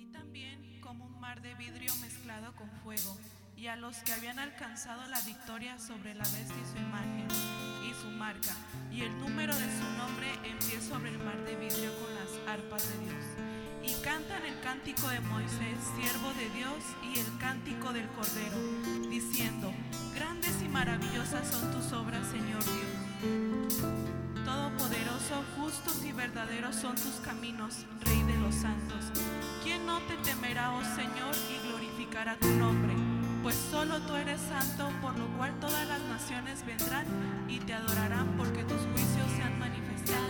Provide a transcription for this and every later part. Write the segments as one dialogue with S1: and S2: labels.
S1: Vi también como un mar de vidrio mezclado con fuego, y a los que habían alcanzado la victoria sobre la bestia y su imagen y su marca, y el número de su nombre, en pie sobre el mar de vidrio con las arpas de Dios. Y cantan el cántico de Moisés, siervo de Dios, y el cántico del Cordero, diciendo: grandes y maravillosas son tus obras, Señor Dios. Todopoderoso, justos y verdaderos son tus caminos, Rey de los santos. ¿Quién no te temerá, oh Señor, y glorificará tu nombre? Pues solo tú eres santo, por lo cual todas las naciones vendrán y te adorarán, porque tus juicios se han manifestado.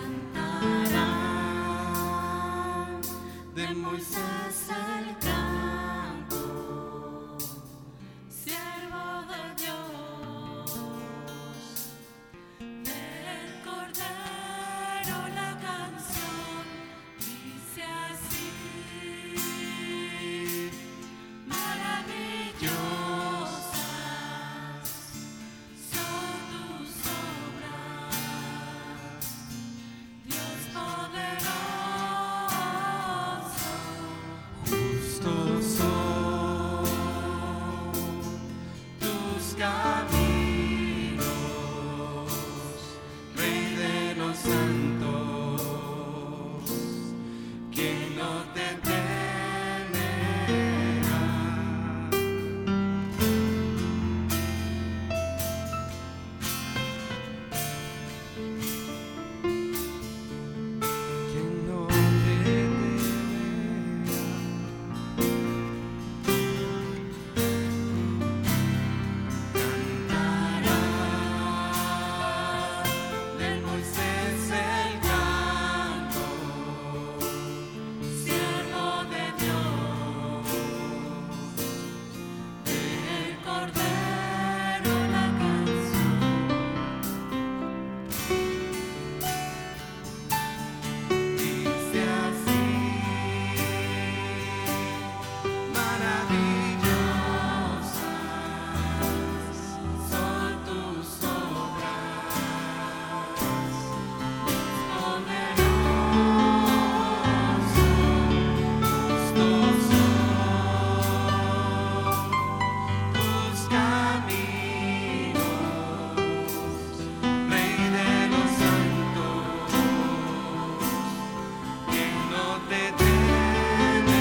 S2: Cantarán de Moisés el canto, siervo de Dios, del Cordero la canción, dice así: maravillosas son tus obras, Dios poderoso. Justos son tus caminos, Rey de los santos, quien no te temerá. Quien no te temerá. Del Moisés el canto, siervo de Dios, del Cordero la canción, dice así: maravillosas son tus obras, poderoso. Justos son tus caminos, Rey de los santos, quien no te temerá.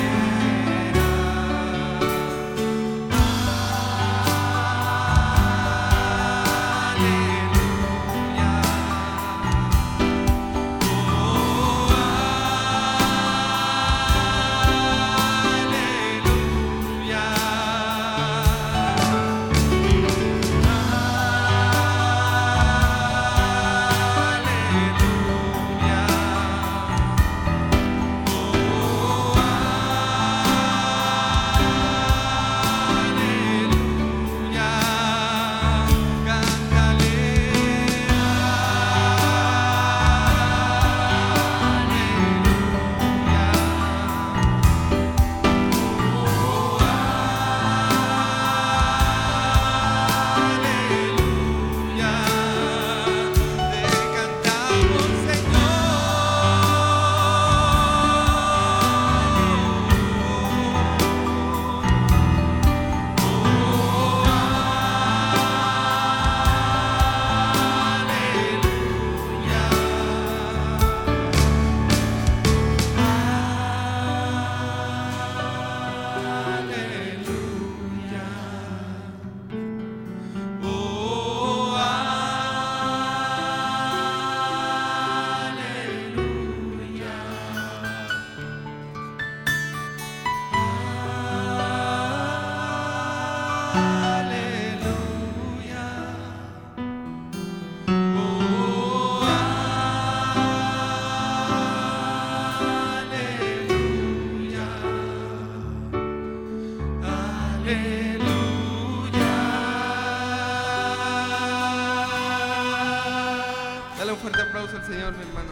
S2: Dale un fuerte aplauso al Señor, mi hermano.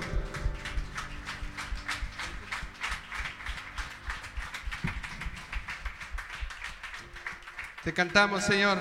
S2: Te cantamos, Señor.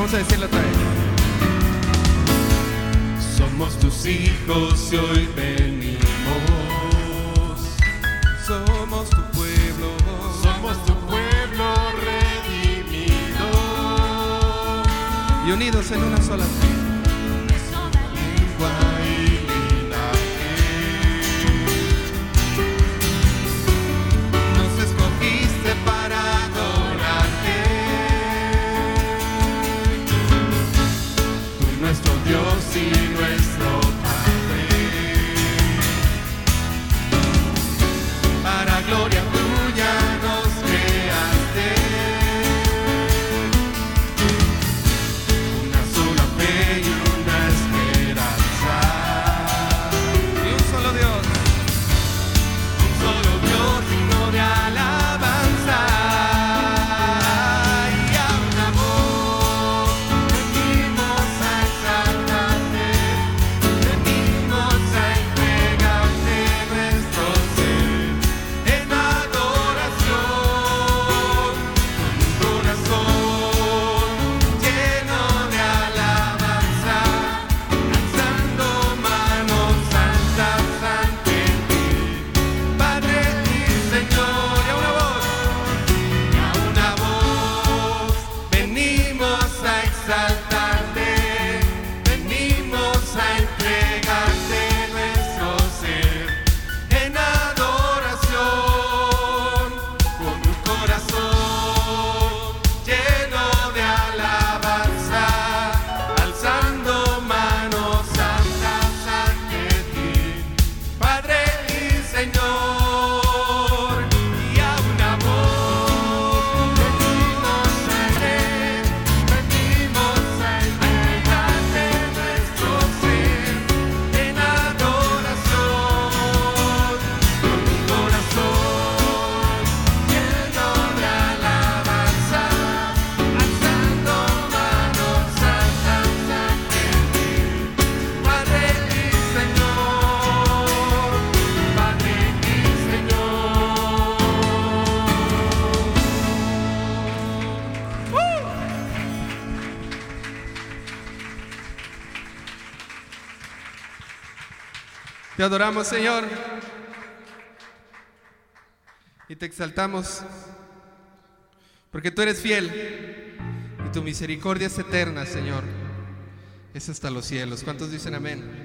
S2: Vamos a decirlo otra vez.
S3: Somos tus hijos y hoy venimos.
S2: Somos tu pueblo.
S3: Somos tu pueblo redimido.
S2: Y unidos en una sola fe.
S3: Lengua y linaje.
S2: Nos escogiste para adorarte.
S3: Tú nuestro Dios y nuestro Padre.
S2: Para gloria tuya nos creaste.
S3: Una sola fe y una esperanza.
S2: Y un solo Dios.
S3: Un solo Dios digno de alabanza. Y a una voz venimos a exaltarte. Venimos a entregarte nuestro ser en adoración. Con un corazón lleno de alabanza, alzando manos santas ante ti, Padre y Señor. Y a una voz venimos a exaltarte, venimos a entregarte nuestro ser en adoración, con un corazón lleno de alabanza, alzando manos santas ante ti, Padre y Señor. Y a una voz venimos a entregarte nuestro ser en adoración, con un corazón lleno de alabanza, alzando manos santas ante ti, Padre y Señor, Padre y Señor.
S2: Te adoramos, Señor. Y te exaltamos. Porque tú eres fiel. Y tu misericordia es eterna, Señor. Es hasta los cielos. ¿Cuántos dicen amén?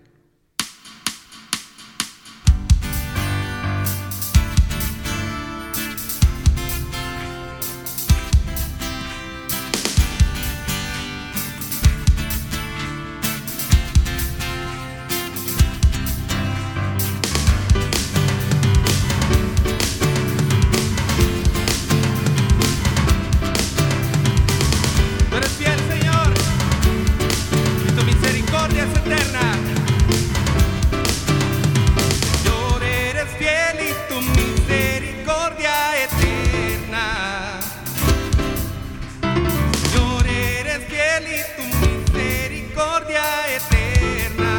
S2: Tú eres fiel, Señor. Y tu misericordia es eterna. Señor, eres fiel y tu misericordia eterna. Señor, eres fiel y tu misericordia eterna.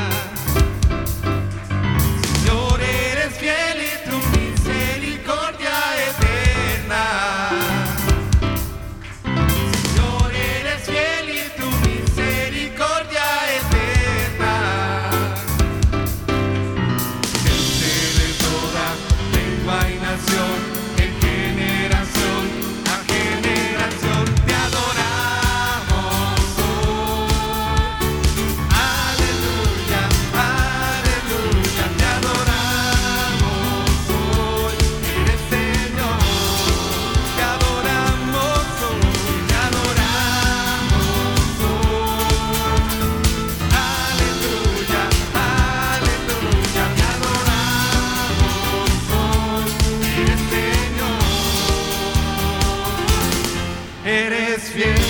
S2: Señor, eres fiel y tu misericordia eterna. Señor, eres fiel y tu misericordia eterna. Gente de toda lengua y nación, en generación a generación te adoramos hoy. Aleluya, aleluya, te adoramos hoy. Eres Señor, te adoramos hoy, te adoramos hoy. Aleluya, aleluya, te adoramos hoy. Eres Señor, eres fiel.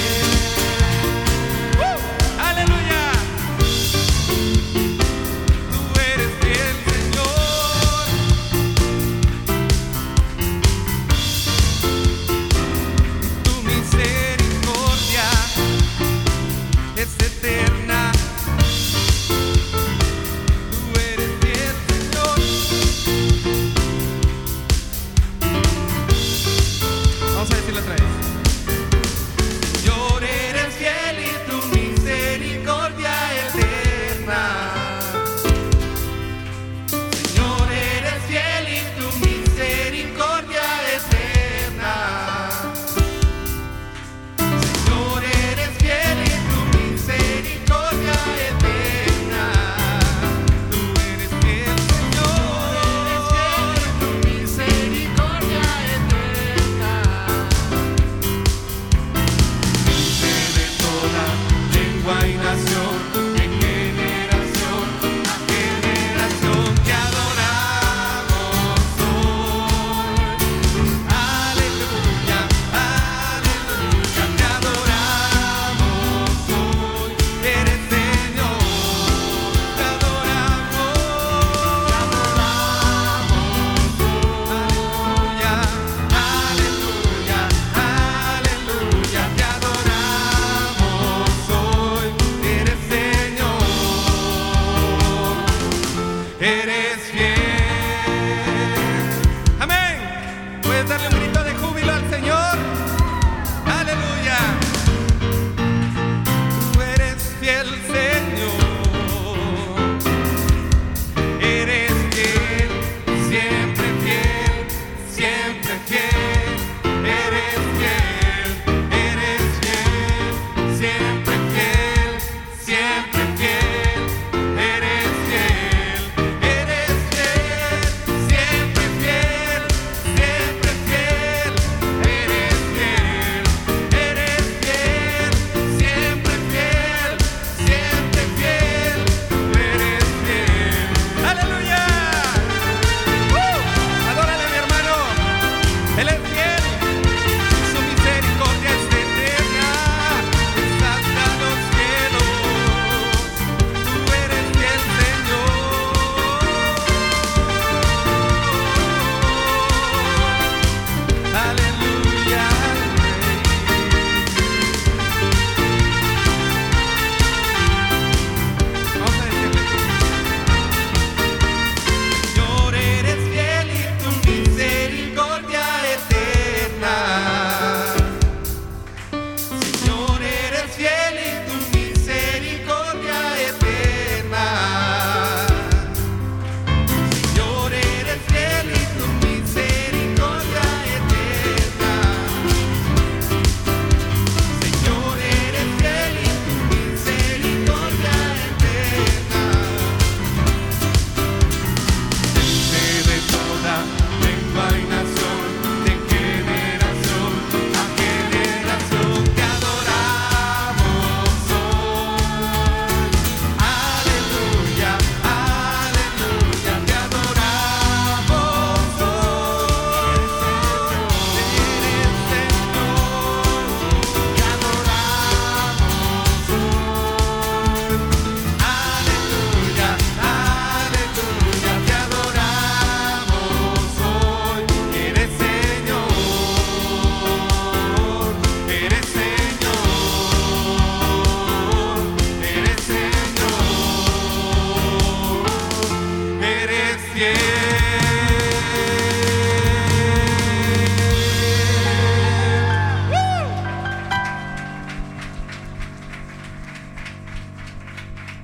S2: Aleluya. Tú eres fiel, Señor. Tu misericordia es eterna. Tú eres fiel, Señor. Vamos a decirlo otra vez. Señor,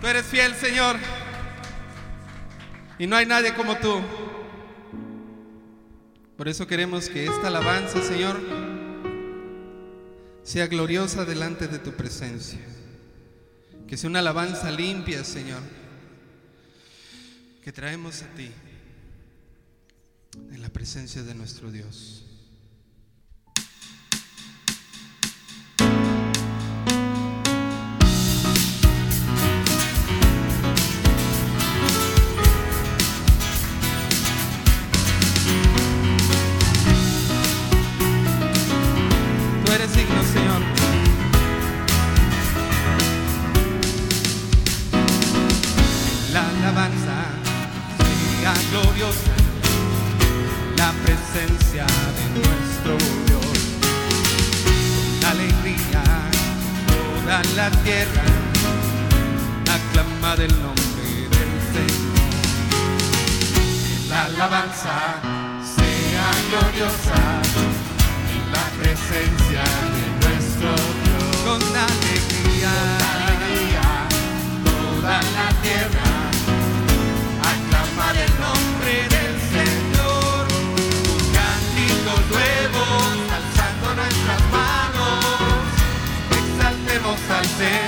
S2: Tú eres fiel, Señor, y no hay nadie como tú. Por eso queremos que esta alabanza, Señor, sea gloriosa delante de tu presencia. Que sea una alabanza limpia, Señor, que traemos a ti en la presencia de nuestro Dios. Tú eres digno, Señor. La alabanza sea gloriosa, la presencia de nuestro Dios. Con alegría toda la tierra aclama del nombre del Señor. Que la alabanza sea gloriosa, la presencia de nuestro Dios. Con alegría toda la tierra aclamar el nombre del Señor. Con cánticos nuevos, alzando nuestras manos, exaltemos al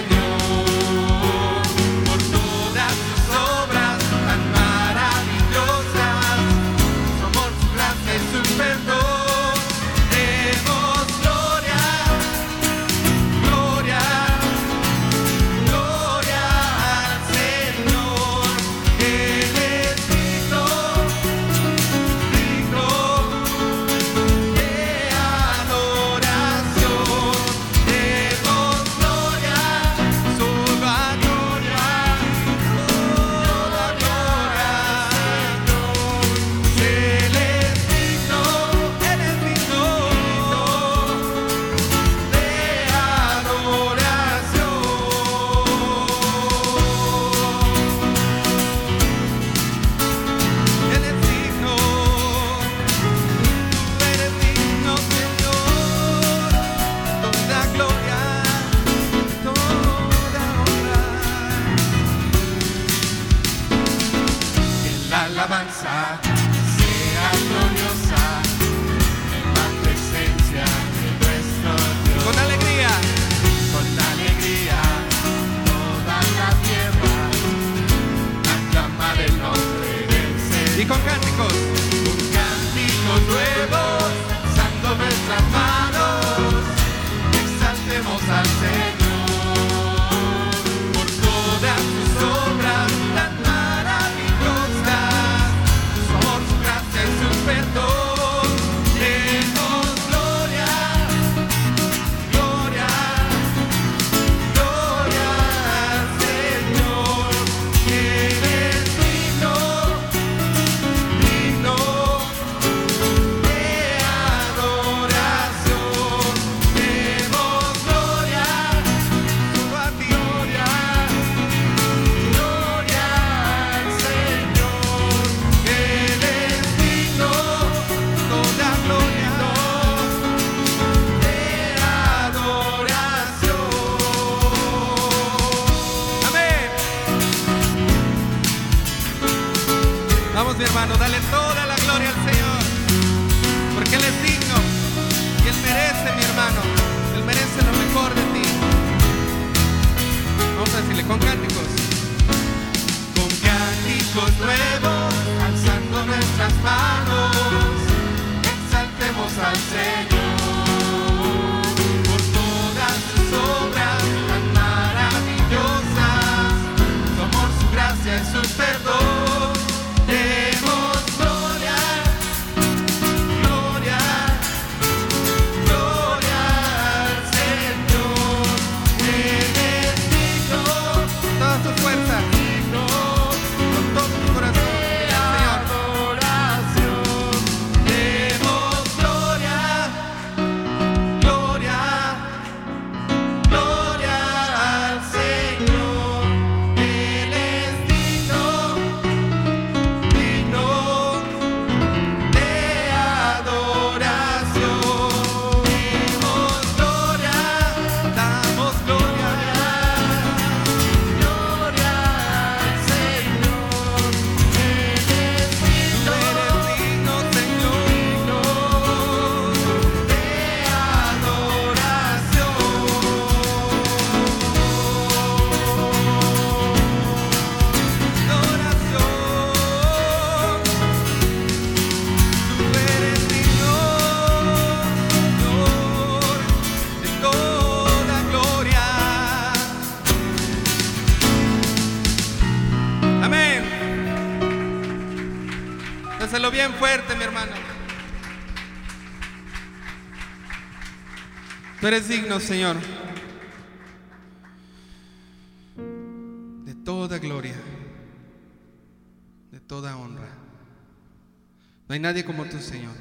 S2: Señor por todas sus obras tan maravillosas. Somos su gracia y su perdón. Alabanza sea gloriosa en la presencia de nuestro Dios. Con alegría toda la tierra aclama el nombre del Señor. Y con cánticos nuevos, alzando nuestras manos, exaltemos al Señor por todas sus obras tan maravillosas. Por su gracia y su perdón, demos gloria, gloria, gloria al Señor. Él es digno, digno de adoración. Demos gloria, solo a ti, gloria, gloria al Señor. Él es digno, toda gloria de adoración. Amén. Vamos, mi hermano, dale toda la gloria al Señor, porque Él es digno y Él merece, mi hermano, Él merece lo mejor de ti. Vamos a decirle con cánticos nuevos, alzando nuestras manos, exaltemos al Señor por todas sus obras tan maravillosas. Somos su gracia y su perdón. Demos gloria. fuerte, mi hermano. Tú eres digno, Señor, de toda gloria, de toda honra. No hay nadie como tú, Señor.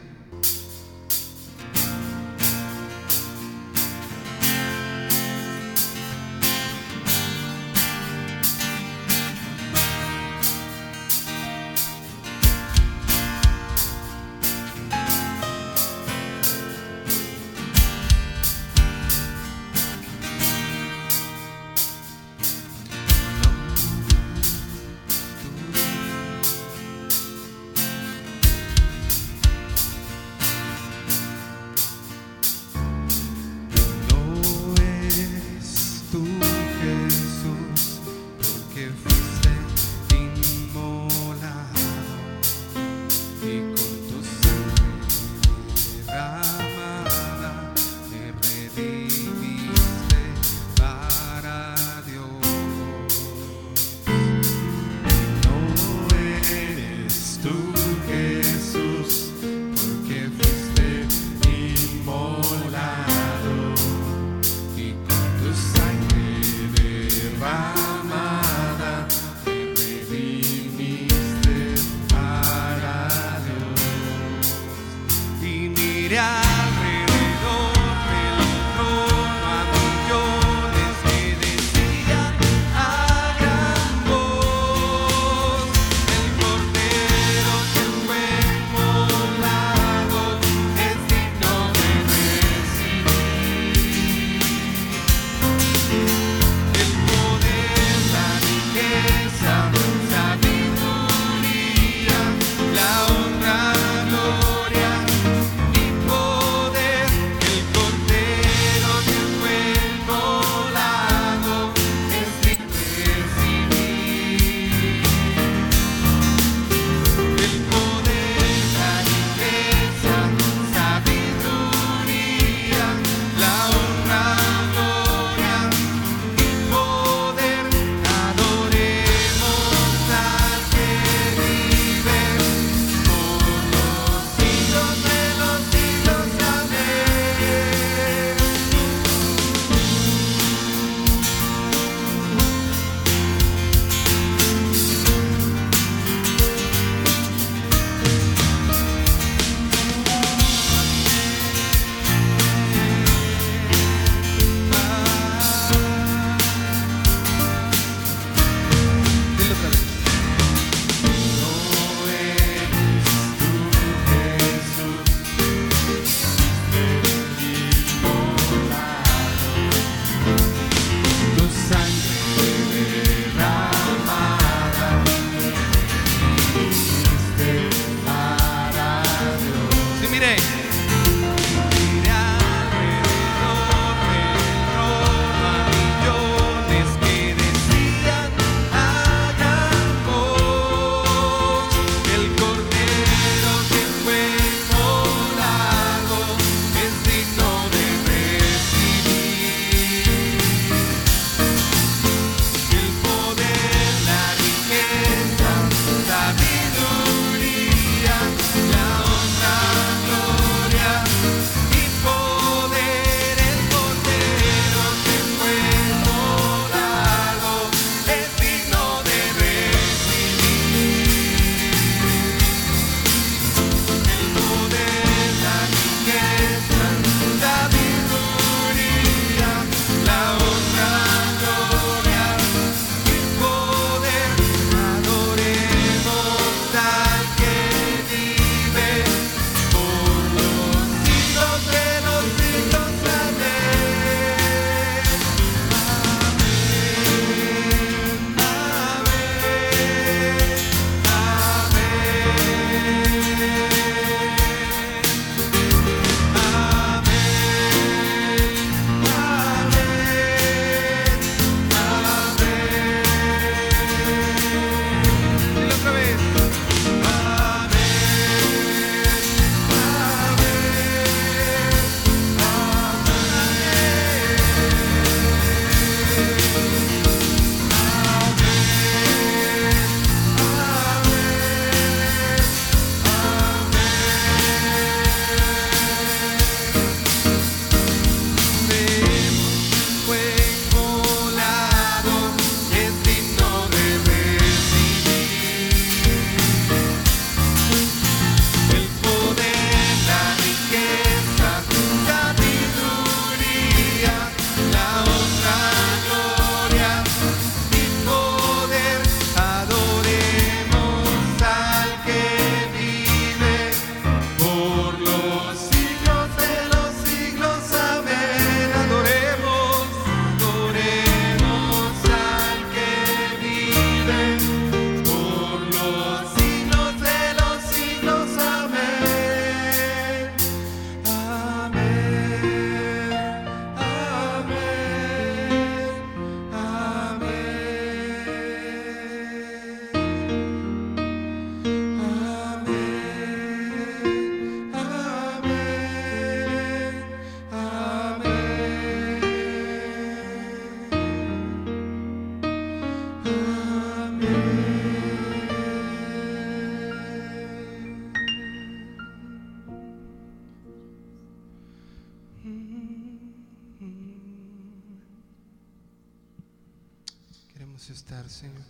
S2: Queremos estar, Señor.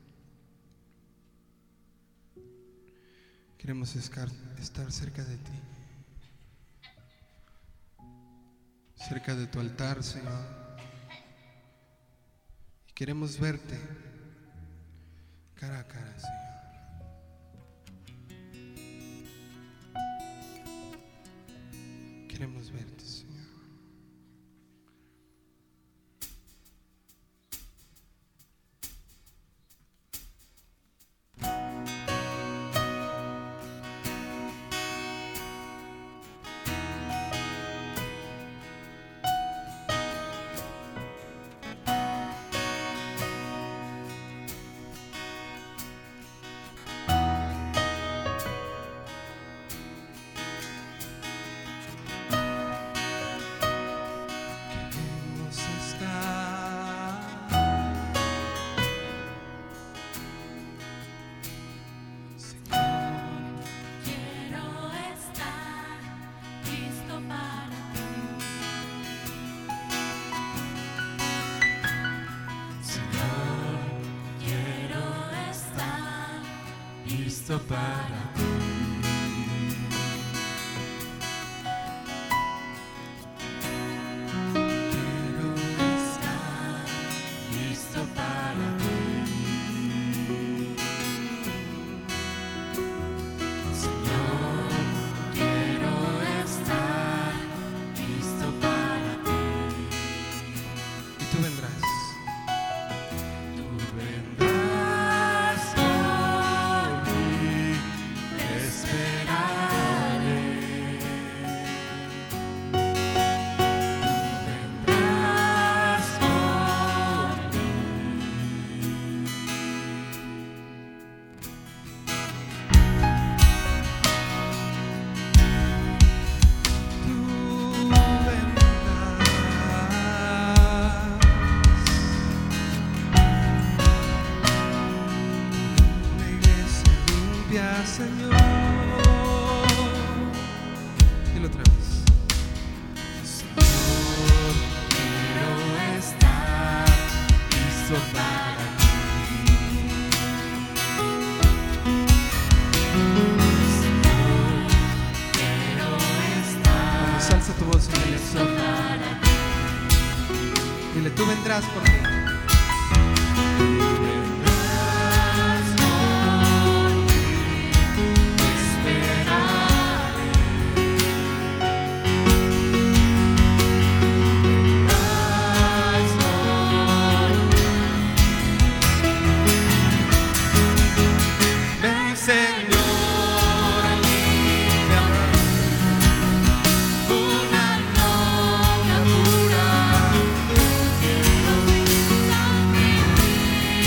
S2: Queremos estar cerca de ti, cerca de tu altar, Señor. Y queremos verte cara a cara, Señor. Queremos verte, Señor.
S3: Listo para ti. Quiero estar listo para ti. Señor, quiero estar listo para ti.
S2: Y tú vendrás.
S3: Tú vendrás por mí, te esperaré. Tú vendrás por mí.
S2: Tú vendrás. Una iglesia limpia, Señor. Dilo otra vez.
S3: Señor, quiero estar listo para ti. Señor, quiero estar
S2: Salsa tu voz en el
S3: listo
S2: exorno.
S3: para ti.
S2: Dile, tú vendrás por mí.
S3: Vendrás por mí, te esperaré. Vendrás por mí. Ven, Señor, límpiame. Una novia pura. Quiero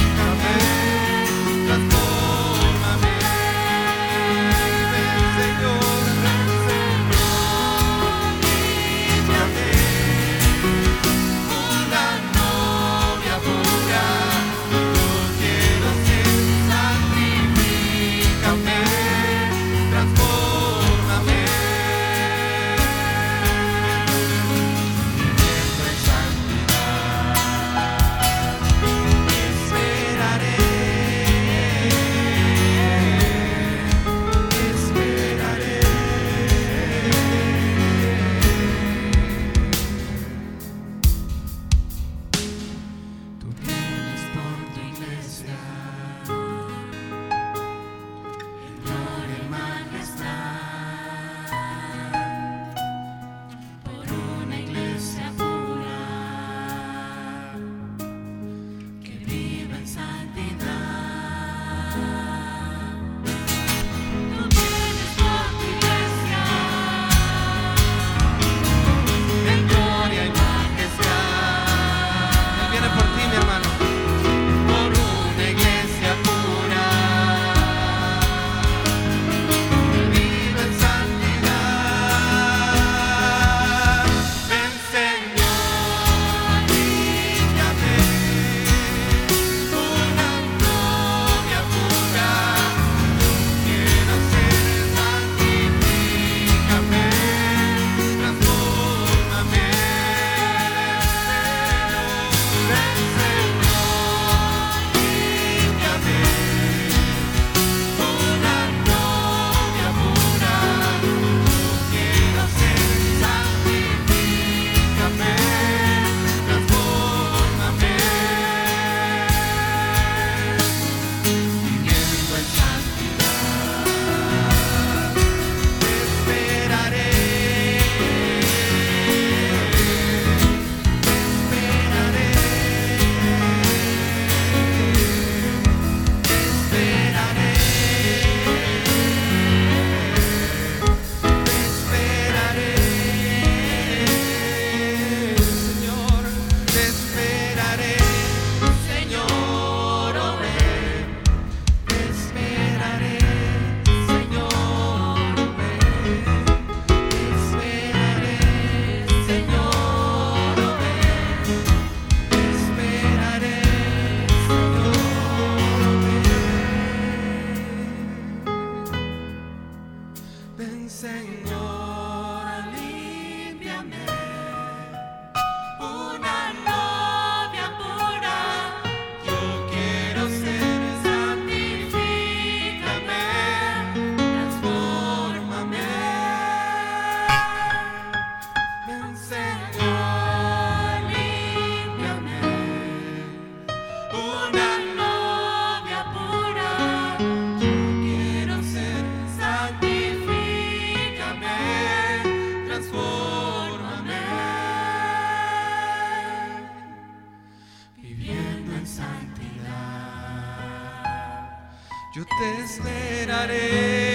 S2: Yo te esperaré,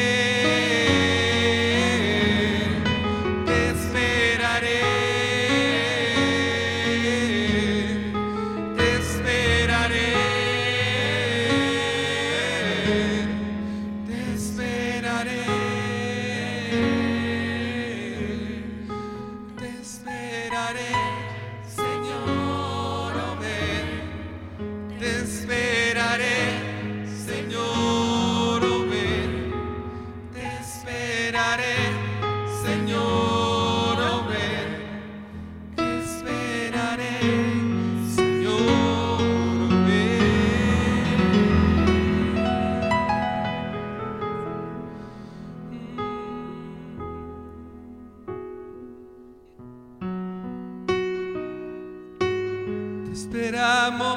S2: te esperaré, te esperaré, te esperaré, te esperaré, Señor, oh ven, te esperaré. Señor, oh ven, te esperaré, Señor, oh ven, te esperaré, Señor, oh ven. Te esperamos.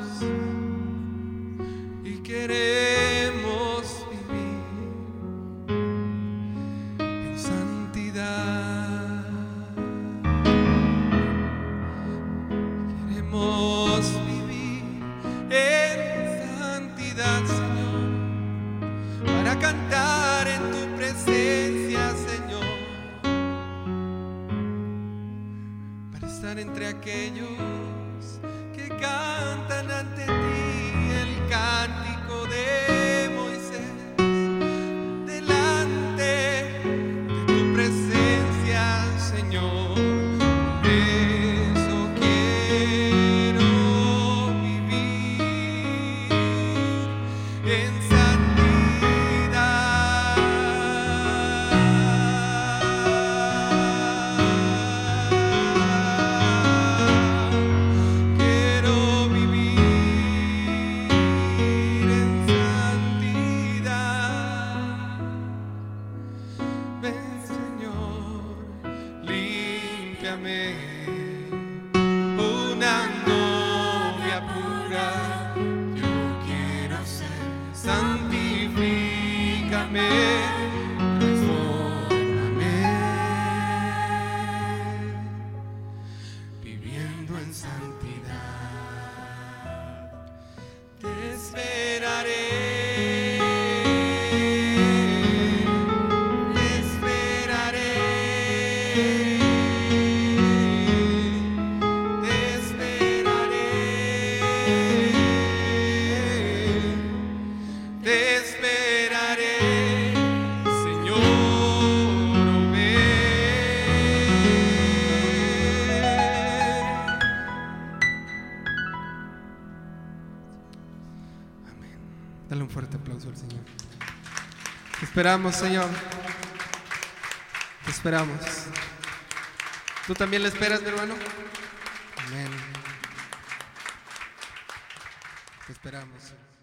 S2: Queremos vivir en santidad. Queremos vivir en santidad, Señor, para cantar en tu presencia, Señor, para estar entre aquellos que cantan ante ti el cántico de Moisés, delante de tu presencia, Señor. Por eso quiero vivir en santidad. Quiero vivir en santidad. Ven, Señor, límpiame, una novia pura yo quiero ser. Santifícame, transfórmame, viviendo en santidad. Te esperaré. Te esperaré, Señor, oh ven. Amén. Dale un fuerte aplauso al Señor. Te esperamos, Señor. Te esperamos. ¿Tú también le esperas, mi hermano? Amén. Te esperamos.